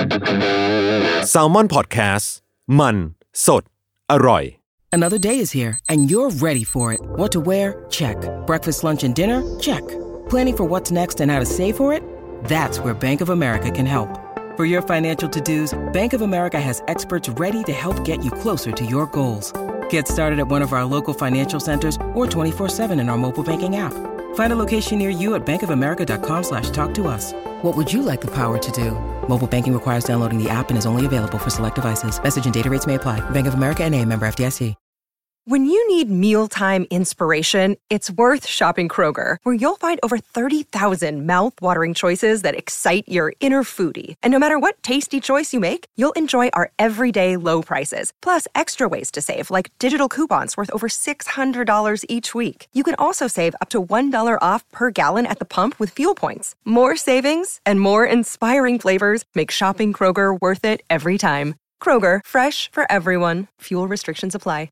Salmon Podcast มันสดอร่อย Another day is here, and you're ready for it. What to wear? Check. Breakfast, lunch, and dinner? Check. Planning for what's next and how to save for it? That's where Bank of America can help. For your financial to-dos, Bank of America has experts ready to help get you closer to your goals. Get started at one of our local financial centers or 24/7 in our mobile banking app. Find a location near you at bankofamerica.com/talktous. What would you like the power to do? Mobile banking requires downloading the app and is only available for select devices. Message and data rates may apply. Bank of America N.A., member FDIC. When you need mealtime inspiration, it's worth shopping Kroger, where you'll find over 30,000 mouth-watering choices that excite your inner foodie. And no matter what tasty choice you make, you'll enjoy our everyday low prices, plus extra ways to save, like digital coupons worth over $600 each week. You can also save up to $1 off per gallon at the pump with fuel points. More savings and more inspiring flavors make shopping Kroger worth it every time. Kroger, fresh for everyone. Fuel restrictions apply.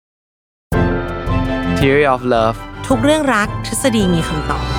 Theory of Love ทุกเรื่องรักทฤษฎีมีคำตอบ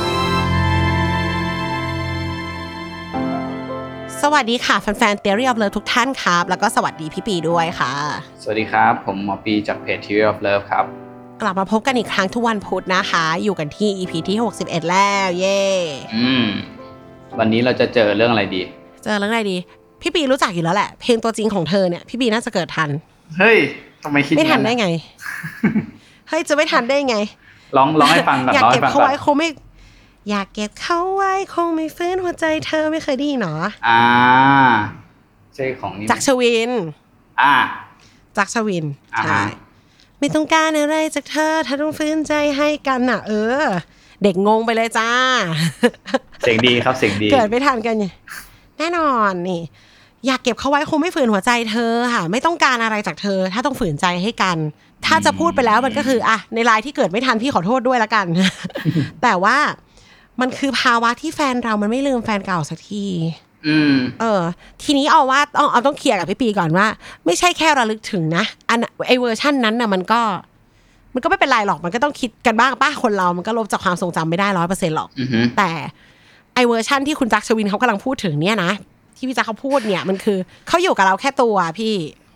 สวัสดีค่ะแฟนๆ Theory of Love ทุกท่านครับแล้วก็สวัสดีพี่ปีด้วยค่ะสวัสดีครับผมหมอปีจากเพจ Theory of Love ครับกลับมาพบกันอีกครั้งทุกวันพุธนะคะอยู่กันที่ EP ที่61แล้วเย้วันนี้เราจะเจอเรื่องอะไรดีเจอเรื่องอะไรดีพี่ปีรู้จักอยู่แล้วแหละเพลงตัวจริงของเธอเนี่ยพี่ปีน่าจะเกิดทันเฮ้ยทำไมคิดไม่ทันได้ไง เฮ้ยจะไม่ทันได้ไงร้องให้ฟังก่อนอยากเก็บเขาไว้คงไม่อยากเก็บเขาไว้คงไม่ฟื้นหัวใจเธอไม่เคยได้ยินหรอใช่ของนี่จักรชวินจักรชวินใช่ไม่ต้องการอะไรจากเธอถ้าต้องฟื้นใจให้กันน่ะเด็กงงไปเลยจ้าเสียงดีครับเสียงดีเกิดไม่ทันกันแน่นอนนี่อยากเก็บเขาไว้คงไม่ฝืนหัวใจเธอค่ะไม่ต้องการอะไรจากเธอถ้าต้องฝืนใจให้กันถ้าจะพูดไปแล้วมันก็คือในไลน์ที่เกิดไม่ทันพี่ขอโทษด้วยละกัน แต่ว่ามันคือภาวะที่แฟนเรามันไม่ลืมแฟนเก่าสักทีทีนี้เอาว่าต้องเคลียร์กับพี่ปีก่อนว่าไม่ใช่แค่ระลึกถึงนะไอเวอร์ชันนั้นน่ะมันก็ไม่เป็นไรหรอกมันก็ต้องคิดกันบ้างป้าคนเรามันก็ลบจากความทรงจำไม่ได้ 100% หรอกแต่ไอเวอร์ชันที่คุณจักรชวินเขากำลังพูดถึงเนี่ยนะที่พี่จักรเขาพูดเนี่ยมันคือเขาอยู่กับเราแค่ตัวพี่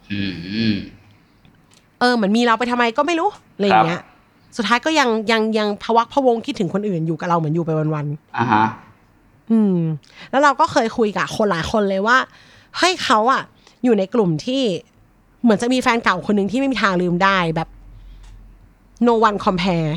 เหมือนมีเราไปทำไมก็ไม่รู้อะไรอย่างเงี้ยสุดท้ายก็ยังพะวักพะวงคิดถึงคนอื่นอยู่กับเราเหมือนอยู่ไปวันๆแล้วเราก็เคยคุยกับคนหลายคนเลยว่าให้เขาอยู่ในกลุ่มที่เหมือนจะมีแฟนเก่าคนนึงที่ไม่มีทางลืมได้แบบ no one compare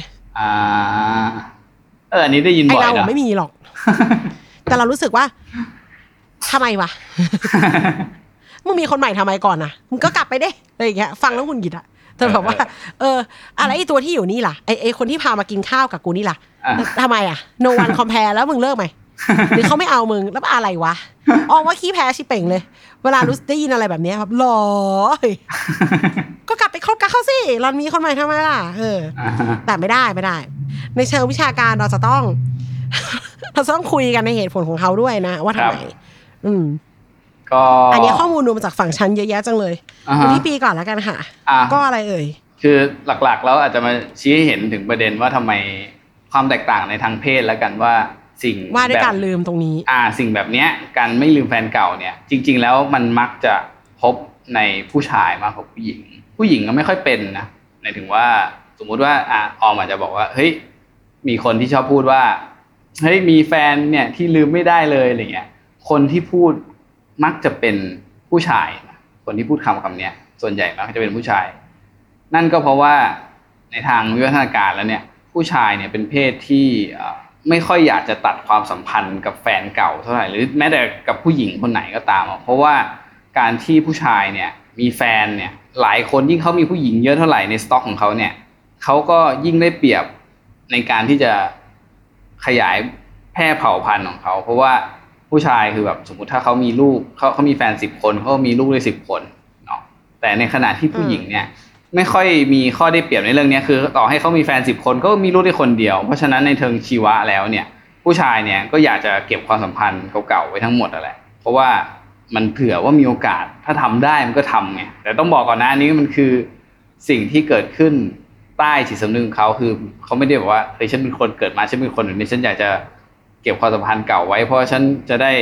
อันนี้ได้ยินบ่อยนะไอเราไม่มีหรอก แต่เรารู้สึกว่าทำไมวะ มึงมีคนใหม่ทำไมก่อนนะมึงก็กลับไปได้อะไรอย่างเงี้ยฟังแล้วหงุดหงิดแต่แบบว่าอะไรไอ้ตัวที่อยู่นี่ล่ะไอ้คนที่พามากินข้าวกับกูนี่ล่ะทำไมno one compare แล้วมึงเลิกไหมหรือเขาไม่เอามึงแล้วอะไรวะว่าขี้แพ้ชิเป่งเลยเวลารู้ได้ยินอะไรแบบนี้แบบหรอก็กลับไปคบกับเขาสิเรามีคนใหม่ทำไมล่ะแต่ไม่ได้ในเชิงวิชาการเราจะต้องคุยกันในเหตุผลของเขาด้วยนะว่าทำไมก็อันนี้ข้อมูลดูมาจากฝั่งฉันเยอะแยะจังเลยพี่ปีก่อนแล้วกันค่ะก็อะไรคือหลักๆแล้วอาจจะมาชี้ให้เห็นถึงประเด็นว่าทำไมความแตกต่างในทางเพศแล้วกันว่าสิ่งว่าด้วยการลืมตรงนี้สิ่งแบบเนี้ยการไม่ลืมแฟนเก่าเนี่ยจริงๆแล้วมันมักจะพบในผู้ชายมากกว่าผู้หญิงก็ไม่ค่อยเป็นนะหมายถึงว่าสมมุติว่าออมอาจจะบอกว่าเฮ้ยมีคนที่ชอบพูดว่าเฮ้ยมีแฟนเนี่ยที่ลืมไม่ได้เลยอะไรเงี้ยคนที่พูดมักจะเป็นผู้ชายคนที่พูดคำนี้ส่วนใหญ่มักจะเป็นผู้ชายนั่นก็เพราะว่าในทางวิวัฒนาการแล้วเนี่ยผู้ชายเนี่ยเป็นเพศที่ไม่ค่อยอยากจะตัดความสัมพันธ์กับแฟนเก่าเท่าไหร่หรือแม้แต่กับผู้หญิงคนไหนก็ตามเพราะว่าการที่ผู้ชายเนี่ยมีแฟนเนี่ยหลายคนยิ่งเขามีผู้หญิงเยอะเท่าไหร่ในสต็อกของเขาเนี่ยเขาก็ยิ่งได้เปรียบในการที่จะขยายแพร่เผ่าพันธุ์ของเขาเพราะว่าผู้ชายคือแบบสมมุติถ้าเขามีลูกเขามีแฟน10คนเขามีลูกได้10คนเนาะแต่ในขณะที่ผู้หญิงเนี่ยไม่ค่อยมีข้อได้เปรียบในเรื่องนี้คือต่อให้เขามีแฟน10คนก็มีลูกได้คนเดียวเพราะฉะนั้นในเชิงชีวะแล้วเนี่ยผู้ชายเนี่ยก็อยากจะเก็บความสัมพันธ์เก่าๆไว้ทั้งหมดนั่นแหละเพราะว่ามันเผื่อว่ามีโอกาสถ้าทำได้มันก็ทำไงแต่ต้องบอกก่อนนะอันนี้มันคือสิ่งที่เกิดขึ้นใต้จิตสำนึกของเขาคือเขาไม่ได้บอกว่าเฮ้ยฉันเป็นคนเกิดมาฉันเป็นคนแบบนี้ฉันอยากจะเก็บความสัมพันธ์เก่าไว้เพราะฉันจะได้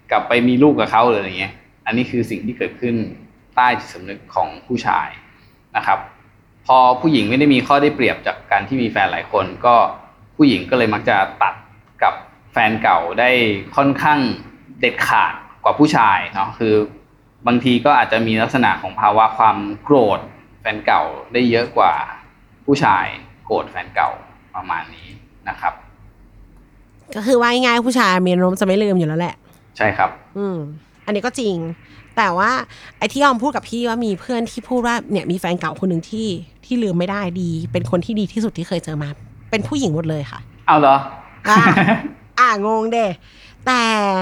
กลับไปมีลูกกับเขาหรืออะไรเงี้ยอันนี้คือสิ่งที่เกิดขึ้นใต้จิตสำนึกของผู้ชายนะครับพอผู้หญิงไม่ได้มีข้อได้เปรียบจากการที่มีแฟนหลายคนก็ผู้หญิงก็เลยมักจะตัดกับแฟนเก่าได้ค่อนข้างเด็ดขาดกว่าผู้ชายเนาะคือบางทีก็อาจจะมีลักษณะของภาวะความโกรธแฟนเก่าได้เยอะกว่าผู้ชายโกรธแฟนเก่าประมาณนี้นะครับก็คือว่าง่ายๆผู้ชายมีอารมณ์จะไม่ลืมอยู่แล้วแหละใช่ครับอันนี้ก็จริงแต่ว่าไอ้ที่ยอมพูดกับพี่ว่ามีเพื่อนที่พูดว่าเนี่ยมีแฟนเก่าคนหนึ่งที่ลืมไม่ได้ดีเป็นคนที่ดีที่สุดที่เคยเจอมาเป็นผู้หญิงหมดเลยค่ะเอาเหรองงเด้แต่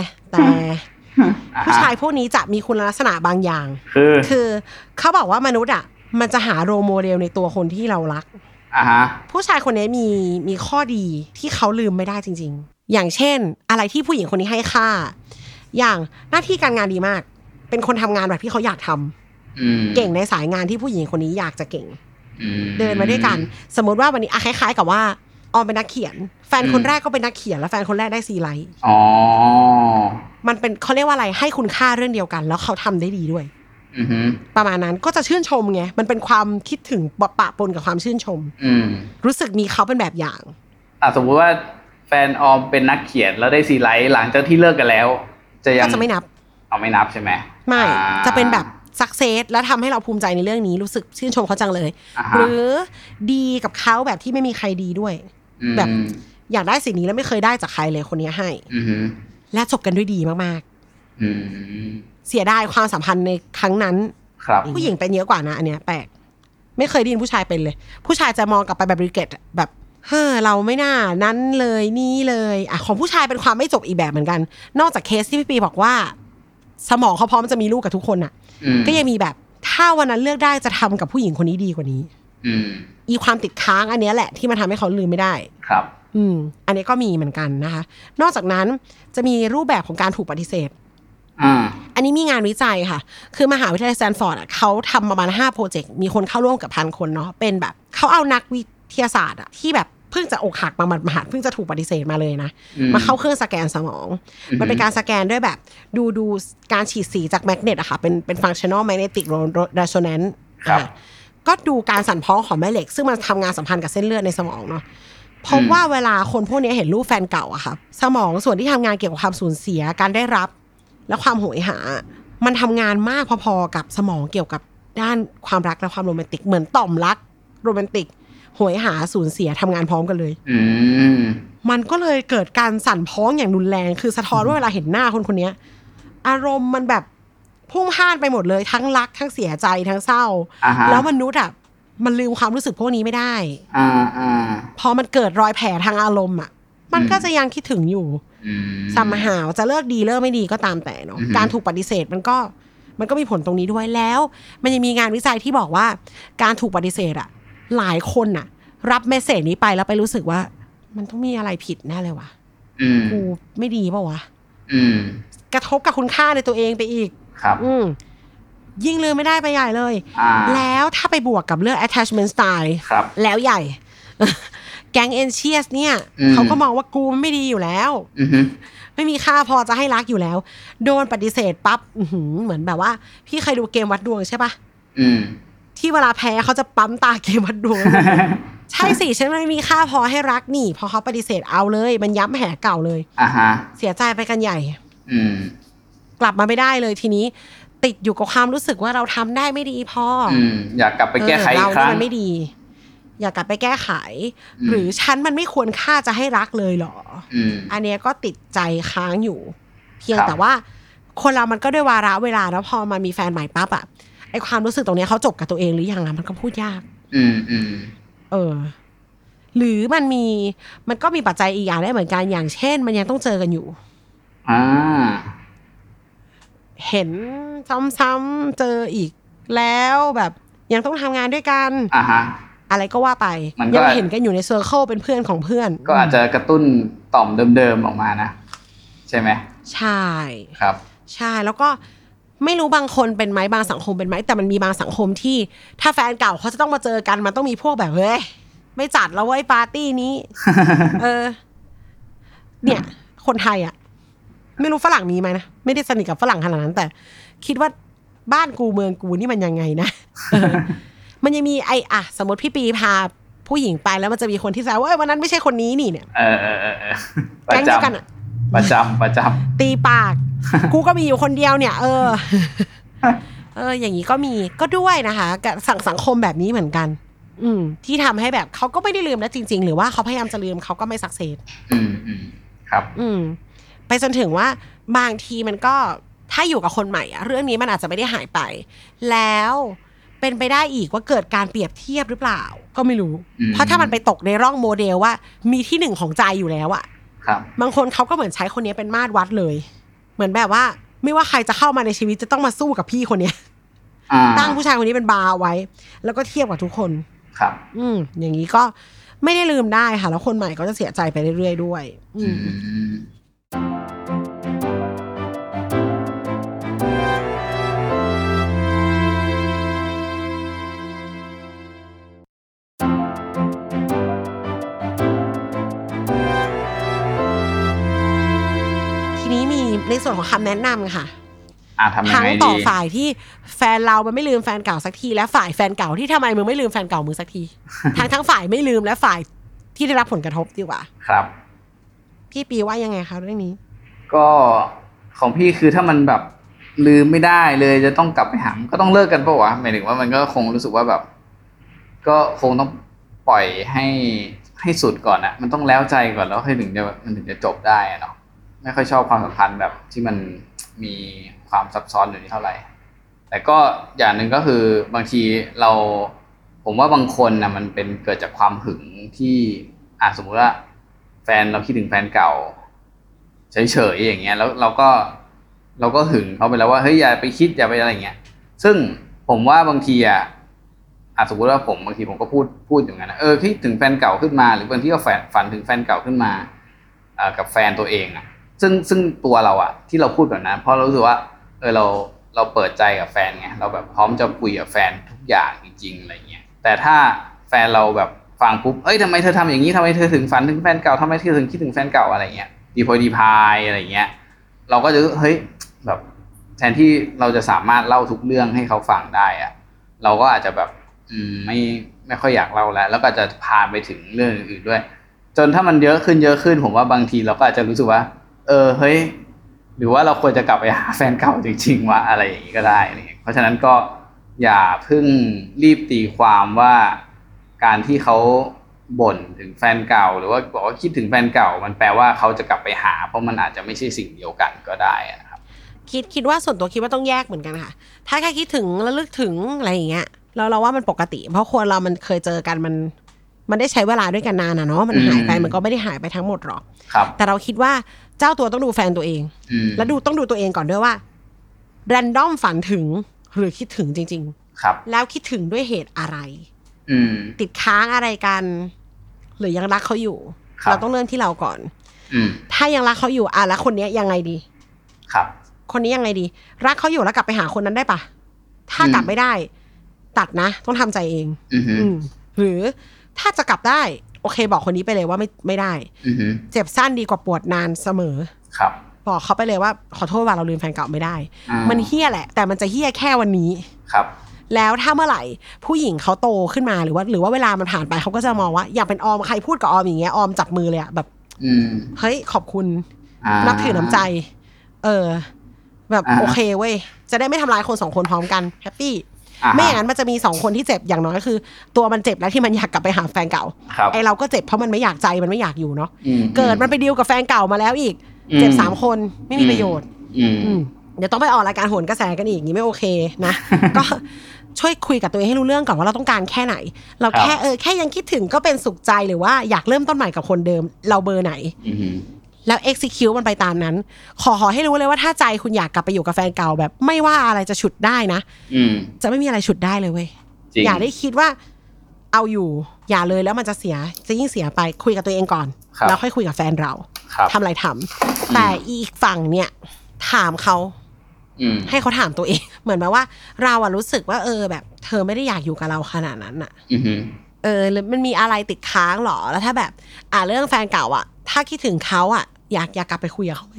ผู้ชายพวกนี้จะมีคุณลักษณะบางอย่างคือเขาบอกว่ามนุษย์อ่ะมันจะหาโรลโมเดลในตัวคนที่เรารักผู้ชายคนนี้มีข้อดีที่เขาลืมไม่ได้จริงๆอย่างเช่นอะไรที่ผู้หญิงคนนี้ให้ค่าอย่างหน้าที่การงานดีมากเป็นคนทำงานแบบที่เขาอยากทำเก่งในสายงานที่ผู้หญิงคนนี้อยากจะเก่งเดินมาด้วยกันสมมติว่าวันนี้คล้ายๆกับว่าออมเป็นนักเขียนแฟนคนแรกก็เป็นนักเขียนแล้วแฟนคนแรกได้ซีไลท์มันเป็นเขาเรียกว่าอะไรให้คุณค่าเรื่องเดียวกันแล้วเขาทำได้ดีด้วยประมาณนั้นก็จะชื่นชมไงมันเป็นความคิดถึงปะปนกับความชื่นชมรู้สึกมีเขาเป็นแบบอย่างสมมติว่าแฟนออมเป็นนักเขียนแล้วได้ซีไลท์หลังจากที่เลิกกันแล้วจะไม่นับไม่นับใช่ไหมไม่จะเป็นแบบซักเซสแล้วทำให้เราภูมิใจในเรื่องนี้รู้สึกชื่นชมเขาจังเลยหรือดีกับเขาแบบที่ไม่มีใครดีด้วยแบบอยากได้สิ่งนี้แล้วไม่เคยได้จากใครเลยคนนี้ให้และจบกันด้วยดีมากๆเสียดายความสัมพันธ์ในครั้งนั้นผู้หญิงเป็นเยอะกว่านะอันเนี้ยแปลกไม่เคยได้ยินผู้ชายเป็นเลยผู้ชายจะมองกลับไปแบบรีเกตแบบเราไม่น่านั้นเลยนี่เลยของผู้ชายเป็นความไม่จบอีกแบบเหมือนกันนอกจากเคสที่พี่ปีบอกว่าสมองเขาพร้อมจะมีลูกกับทุกคนก็ยังมีแบบถ้าวันนั้นเลือกได้จะทำกับผู้หญิงคนนี้ดีกว่านี้อีความติดค้างอันนี้แหละที่มันทำให้เขาลืมไม่ได้ครับอันนี้ก็มีเหมือนกันนะคะนอกจากนั้นจะมีรูปแบบของการถูกปฏิเสธอันนี้มีงานวิจัยค่ะคือมหาวิทยาลัยสแตนฟอร์ดเขาทำประมาณ5โปรเจกต์มีคนเข้าร่วมกับ1,000 คนเนาะเป็นแบบเขาเอานักวิทยาศาสตร์ที่แบบเพิ่งจะอกหักมาเพิ่งจะถูกปฏิเสธมาเลยนะมาเข้าเครื่องสแกนสมองมันเป็นการสแกนด้วยแบบดูการฉีดสีจากแมกเนตอะค่ะเป็น functional magnetic resonance ก็ดูการสั่นพ้องของแม่เหล็กซึ่งมันทำงานสัมพันธ์กับเส้นเลือดในสมองเนาะเพราะว่าเวลาคนพวกนี้เห็นรูปแฟนเก่าอะค่ะสมองส่วนที่ทำงานเกี่ยวกับความสูญเสียการได้รับและความโหยหามันทำงานมากพอๆกับสมองเกี่ยวกับด้านความรักและความโรแมนติกเหมือนต่อมรักโรแมนติกโหยหาสูญเสียทำงานพร้อมกันเลยมันก็เลยเกิดการสั่นพ้องอย่างรุนแรงคือสะท้อนว่าเวลาเห็นหน้าคนนี้อารมณ์มันแบบพุ่งพ่านไปหมดเลยทั้งรักทั้งเสียใจทั้งเศร้าแล้วมนุษย์อ่ะมันลืมความรู้สึกพวกนี้ไม่ได้พอมันเกิดรอยแผลทางอารมณ์อ่ะมันก็จะยังคิดถึงอยู่สัมหาวจะเลิกดีเลิกไม่ดีก็ตามแต่เนาะการถูกปฏิเสธมันก็มีผลตรงนี้ด้วยแล้วมันยังมีงานวิจัยที่บอกว่าการถูกปฏิเสธอ่ะหลายคนน่ะรับเมสเสจนี้ไปแล้วไปรู้สึกว่ามันต้องมีอะไรผิดแน่เลยว่ะกูไม่ดีป่ะวะกระทบกับคุณค่าในตัวเองไปอีกครับยิ่งลืมไม่ได้ไปใหญ่เลยแล้วถ้าไปบวกกับเรื่อง attachment style แล้วใหญ่แก๊ง anxious เนี่ยเขาก็มองว่ากูมันไม่ดีอยู่แล้วไม่มีค่าพอจะให้รักอยู่แล้วโดนปฏิเสธปั๊บเหมือนแบบว่าพี่เคยดูเกมวัดดวงใช่ปะที่เวลาแพ้เขาจะปั๊มตาเกมวัดดวง ใช่สิฉันไม่มีค่าพอให้รักนี่พอเขาปฏิเสธเอาเลยมันย้ำแผลเก่าเลยเสียใจไปกันใหญ่กลับมาไม่ได้เลยทีนี้ติดอยู่กับความรู้สึกว่าเราทำได้ไม่ดีพออยากกลับไปแก้ไขอีกครั้งมันไม่ดีอยากกลับไปแก้ไขหรือฉันมันไม่ควรค่าจะให้รักเลยหรออันเนี้ยก็ติดใจค้างอยู่เพียงแต่ว่าคนเรามันก็ด้วยวาระเวลาแล้วพอมันมีแฟนใหม่ปั๊บอะไอความรู้สึกตรงนี้เขาจบกับตัวเองหรือยังอะมันก็พูดยากหรือมันก็มีปัจจัยอีกอย่างได้เหมือนกันอย่างเช่นมันยังต้องเจอกันอยู่เห็นซ้ำๆเจออีกแล้วแบบยังต้องทำงานด้วยกันอะไรก็ว่าไปยังเห็นกันอยู่ในเซอร์เคิลเป็นเพื่อนของเพื่อนก็อาจจะกระตุ้นต่อมเดิมๆออกมานะใช่ไหมใช่ครับใช่แล้วก็ไม่รู้บางคนเป็นไหมบางสังคมเป็นไหมแต่มันมีบางสังคมที่ถ้าแฟนเก่าเขาจะต้องมาเจอกันมันต้องมีพวกแบบเฮ้ยไม่จัดแล้วเว้ยปาร์ตี้นี้เนี่ยคนไทยอ่ะไม่รู้ฝรั่งมีไหมนะไม่ได้สนิทกับฝรั่งขนาดนั้นแต่คิดว่าบ้านกูเมืองกูนี่มันยังไงนะ มันยังมีสมมติพี่ปีพาผู้หญิงไปแล้วมันจะมีคนที่แซวว่าวันนั้นไม่ใช่คนนี้นี่เนี่ยประจำประจำตีปาก กูก็มีอยู่คนเดียวเนี่ยอย่างนี้ก็มีก็ด้วยนะคะกับสังคมแบบนี้เหมือนกันที่ทำให้แบบเขาก็ไม่ได้ลืมนะจริงๆหรือว่าเขาพยายามจะลืมเขาก็ไม่สักเซสครับไปจนถึงว่าบางทีมันก็ถ้าอยู่กับคนใหม่เรื่องนี้มันอาจจะไม่ได้หายไปแล้วเป็นไปได้อีกว่าเกิดการเปรียบเทียบหรือเปล่าก็ไม่รู้เพราะถ้ามันไปตกในร่องโมเดลว่ามีที่หนึ่งของใจอยู่แล้วอะบางคนเขาก็เหมือนใช้คนนี้เป็นมาตรวัดเลยเหมือนแบบว่าไม่ว่าใครจะเข้ามาในชีวิตจะต้องมาสู้กับพี่คนนี้ตั้งผู้ชายคนนี้เป็นบาร์ไว้แล้วก็เทียบกับทุกคนครับอย่างนี้ก็ไม่ได้ลืมได้ค่ะแล้วคนใหม่ก็จะเสียใจไปเรื่อยๆด้วยทีนี้มีในส่วนของคำแนะนำค่ะทั้งต่อฝ่ายที่แฟนเรามันไม่ลืมแฟนเก่าสักทีและฝ่ายแฟนเก่าที่ทำไมมึงไม่ลืมแฟนเก่ามึงสักที ทั้งฝ่ายไม่ลืมและฝ่ายที่ได้รับผลกระทบดีกว่าครับพี่ปีว่ายังไงคะเรื่องนี้ก็ของพี่คือถ้ามันแบบลืมไม่ได้เลยจะต้องกลับไปหาก็ต้องเลิกกันป่ะวะหมายถึงว่ามันก็คงรู้สึกว่าแบบก็คงต้องปล่อยให้สุดก่อนนะมันต้องแล้วใจก่อนแล้วมันถึงจะจบได้เนาะไม่ค่อยชอบความสัมพันธ์แบบที่มันมีความซับซ้อนอยู่นี่เท่าไหร่แต่ก็อย่างหนึ่งก็คือบางทีผมว่าบางคนนะมันเป็นเกิดจากความหึงที่สมมติว่าแฟนเราคิดถึงแฟนเก่าเฉยๆอย่างเงี้ยแล้วเราก็หึงเขาไปแล้วว่าเฮ้ยอย่าไปคิดอย่าไปอะไรเงี้ยซึ่งผมว่าบางทีสมมติว่าบางทีผมก็พูดอย่างนั้นนะคิดถึงแฟนเก่าขึ้นมาหรือบางทีก็ฝันถึงแฟนเก่าขึ้นมากับแฟนตัวเองซึ่งตัวเราที่เราพูดแบบนั้นเพราะเรารู้สึกว่าเราเปิดใจกับแฟนไงเราแบบพร้อมจะคุยกับแฟนทุกอย่างจริงๆอะไรเงี้ยแต่ถ้าแฟนเราแบบฟังปุ๊บทำไมเธอทำอย่างนี้ทำไมเธอถึงฝันถึงแฟนเก่าทำไมเธอถึงคิดถึงแฟนเก่าอะไรเงี้ยดีพายอะไรเงี้ยเราก็จะเฮ้ยแบบแทนที่เราจะสามารถเล่าทุกเรื่องให้เขาฟังได้เราก็อาจจะแบบไม่ค่อยอยากเล่าแล้วก็จะพาไปถึงเรื่องอื่นๆด้วยจนถ้ามันเยอะขึ้นผมว่าบางทีเราก็อาจจะรู้สึกว่าเฮ้ยหรือว่าเราควรจะกลับไปหาแฟนเก่าจริงๆวะอะไรอย่างนี้ก็ได้เพราะฉะนั้นก็อย่าเพิ่งรีบตีความว่าการที่เขาบ่นถึงแฟนเก่าหรือว่าบอกว่าคิดถึงแฟนเก่ามันแปลว่าเขาจะกลับไปหาเพราะมันอาจจะไม่ใช่สิ่งเดียวกันก็ได้นะครับคิดว่าส่วนตัวคิดว่าต้องแยกเหมือนกันค่ะถ้าแค่คิดถึงแล้วลึกถึงอะไรอย่างเงี้ยเราว่ามันปกติเพราะคนเรามันเคยเจอกันมันได้ใช้เวลาด้วยกันนานเนาะมันหายไปมันก็ไม่ได้หายไปทั้งหมดหรอกแต่เราคิดว่าเจ้าตัวต้องดูแฟนตัวเองแล้วต้องดูตัวเองก่อนด้วยว่าแรนดอมฝันถึงหรือคิดถึงจริงๆแล้วคิดถึงด้วยเหตุอะไรติดค้างอะไรกันหรือยังรักเขาอยู่เราต้องเริ่มที่เราก่อนถ้ายังรักเขาอยู่แล้วคนนี้ยังไงดีคนนี้ยังไงดีรักเขาอยู่แล้วกลับไปหาคนนั้นได้ปะถ้ากลับไม่ได้ตัดนะต้องทำใจเองหรือถ้าจะกลับได้โอเคบอกคนนี้ไปเลยว่าไม่ได้เจ็บสั้นดีกว่าปวดนานเสมอบอกเขาไปเลยว่าขอโทษว่าเราลืมแฟนเก่าไม่ได้มันเหี้ยแหละแต่มันจะเหี้ยแค่วันนี้แล้วถ้าเมื่อไหร่ผู้หญิงเขาโตขึ้นมาหรือว่าเวลามันผ่านไปเขาก็จะมองว่าอยากเป็นออมใครพูดกับออมอย่างเงี้ยออมจับมือเลยแบบเฮ้ยขอบคุณนับถือน้ำใจแบบโอเคเว้ยจะได้ไม่ทำร้ายคน2คนพร้อมกันแฮปปี้ไม่อย่างนั้นมันจะมี2คนที่เจ็บอย่างน้อยคือตัวมันเจ็บแล้วที่มันอยากกลับไปหาแฟนเก่าไอเราก็เจ็บเพราะมันไม่อยากใจมันไม่อยากอยู่เนาะเกิดมันไปดีลกับแฟนเก่ามาแล้วอีกเจ็บ3คนไม่มีประโยชน์เดี๋ยวต้องไปออกรายการโหนกระแสกันอีกนี่ไม่โอเคนะก็ช่วยคุยกับตัวเองให้รู้เรื่องก่อนว่าเราต้องการแค่ไหนเราแค่ยังคิดถึงก็เป็นสุขใจหรือว่าอยากเริ่มต้นใหม่กับคนเดิมเราเบอร์ไหนแล้ว execute มันไปตามนั้นขอให้รู้เลยว่าถ้าใจคุณอยากกลับไปอยู่กับแฟนเก่าแบบไม่ว่าอะไรจะฉุดได้นะจะไม่มีอะไรฉุดได้เลยเว้ยอย่าได้คิดว่าเอาอยู่อย่าเลยแล้วมันจะยิ่งเสียไปคุยกับตัวเองก่อนแล้วค่อยคุยกับแฟนเราทำอะไรทำแต่อีกฝั่งเนี่ยถามเขาให้เขาถามตัวเองเหมือนแบบว่าเรารู้สึกว่าแบบเธอไม่ได้อยากอยู่กับเราขนาดนั้นหรือมันมีอะไรติดค้างหรอแล้วถ้าแบบเรื่องแฟนเก่าถ้าคิดถึงเขาอยากกลับไปคุยกับเขาไหม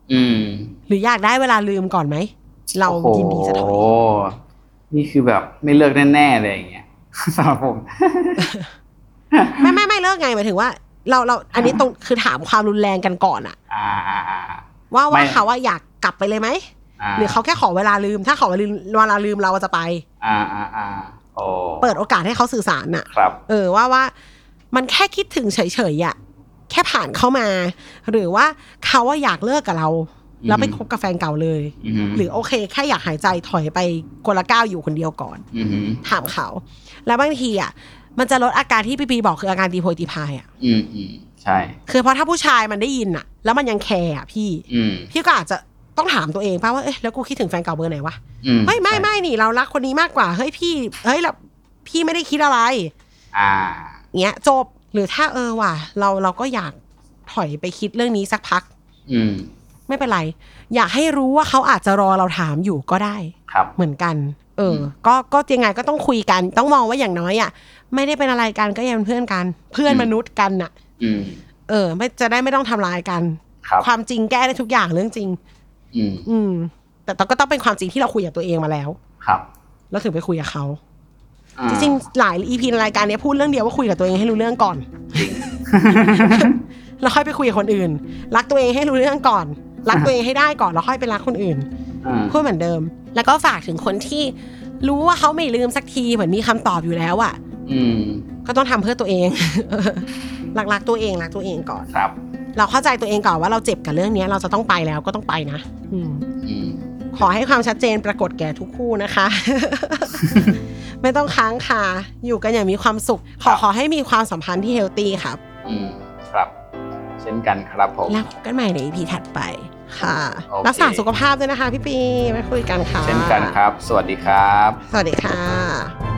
หรืออยากได้เวลาลืมก่อนไหมเรายินดีจะถอยนี่คือแบบไม่เลิกแน่ๆเลยอย่างเงี้ยสำหรับผมไม่เลิกไงหมายถึงว่าเราอันนี้ตรงคือถามความรุนแรงกันก่อนอะว่าเขาว่าอยากกลับไปเลยไหมหรือเขาแค่ขอเวลาลืมถ้าขอเวลาลืมเราจะไปเปิดโอกาสให้เขาสื่อสารน่ะว่ามันแค่คิดถึงเฉยๆอ่ะแค่ผ่านเข้ามาหรือว่าเขาว่าอยากเลิกกับเราแล้วไปคบกับแฟนเก่าเลยหรือโอเคแค่อยากหายใจถอยไปคนละก้าวอยู่คนเดียวก่อนถามเขาแล้วบางทีอ่ะมันจะลดอาการที่พี่ปีบอกคืออาการตีโพยตีพายอ่ะใช่คือเพราะถ้าผู้ชายมันได้ยินอ่ะแล้วมันยังแคร์อ่ะพี่ก็อาจจะต้องถามตัวเองป่ะว่าเอ๊ะแล้วกูคิดถึงแฟนเก่าเบอร์ไหนวะเฮ้ยไม่นี่เรารักคนนี้มากกว่าเฮ้ยแล้วพี่ไม่ได้คิดอะไรเงี้ยจบหรือถ้าว่ะเราก็อยากถอยไปคิดเรื่องนี้สักพักไม่เป็นไรอยากให้รู้ว่าเขาอาจจะรอเราถามอยู่ก็ได้เหมือนกันก็ยังไงก็ต้องคุยกันต้องมองว่าอย่างน้อยอ่ะไม่ได้เป็นอะไรกันก็ยังเป็นเพื่อนกันเพื่อนมนุษย์กันน่ะไม่จะได้ไม่ต้องทำร้ายกันความจริงแก้ได้ทุกอย่างเรื่องจริงแต่ก็ต้องเป็นความจริงที่เราคุยกับตัวเองมาแล้วแล้วถึงไปคุยกับเขาจริงๆหลาย EP ในรายการนี้พูดเรื่องเดียวว่าคุยกับตัวเองให้รู้เรื่องก่อนแล้วค่อยไปคุยกับคนอื่นรักตัวเองให้รู้เรื่องก่อนรักตัวเองให้ได้ก่อนแล้วค่อยไปรักคนอื่นพูดเหมือนเดิมแล้วก็ฝากถึงคนที่รู้ว่าเขาไม่ลืมสักทีเหมือนมีคำตอบอยู่แล้วอ่ะก็ต้องทำเพื่อตัวเองรักตัวเองรักตัวเองก่อนเราเข้าใจตัวเองก่อนว่าเราเจ็บกับเรื่องนี้เราจะต้องไปแล้วก็ต้องไปนะขอให้ความชัดเจนปรากฏแก่ทุกคู่นะคะ ไม่ต้องค้างคาอยู่กันอย่างมีความสุขขอให้มีความสัมพันธ์ที่เฮลตี้ครับครับเช่นกันครับผมแล้วพบกันใหม่ใน EP ถัดไปค่ะรักษาสุขภาพด้วยนะคะพี่ปีไว้คุยกันค่ะเช่นกันครับสวัสดีครับสวัสดีค่ะ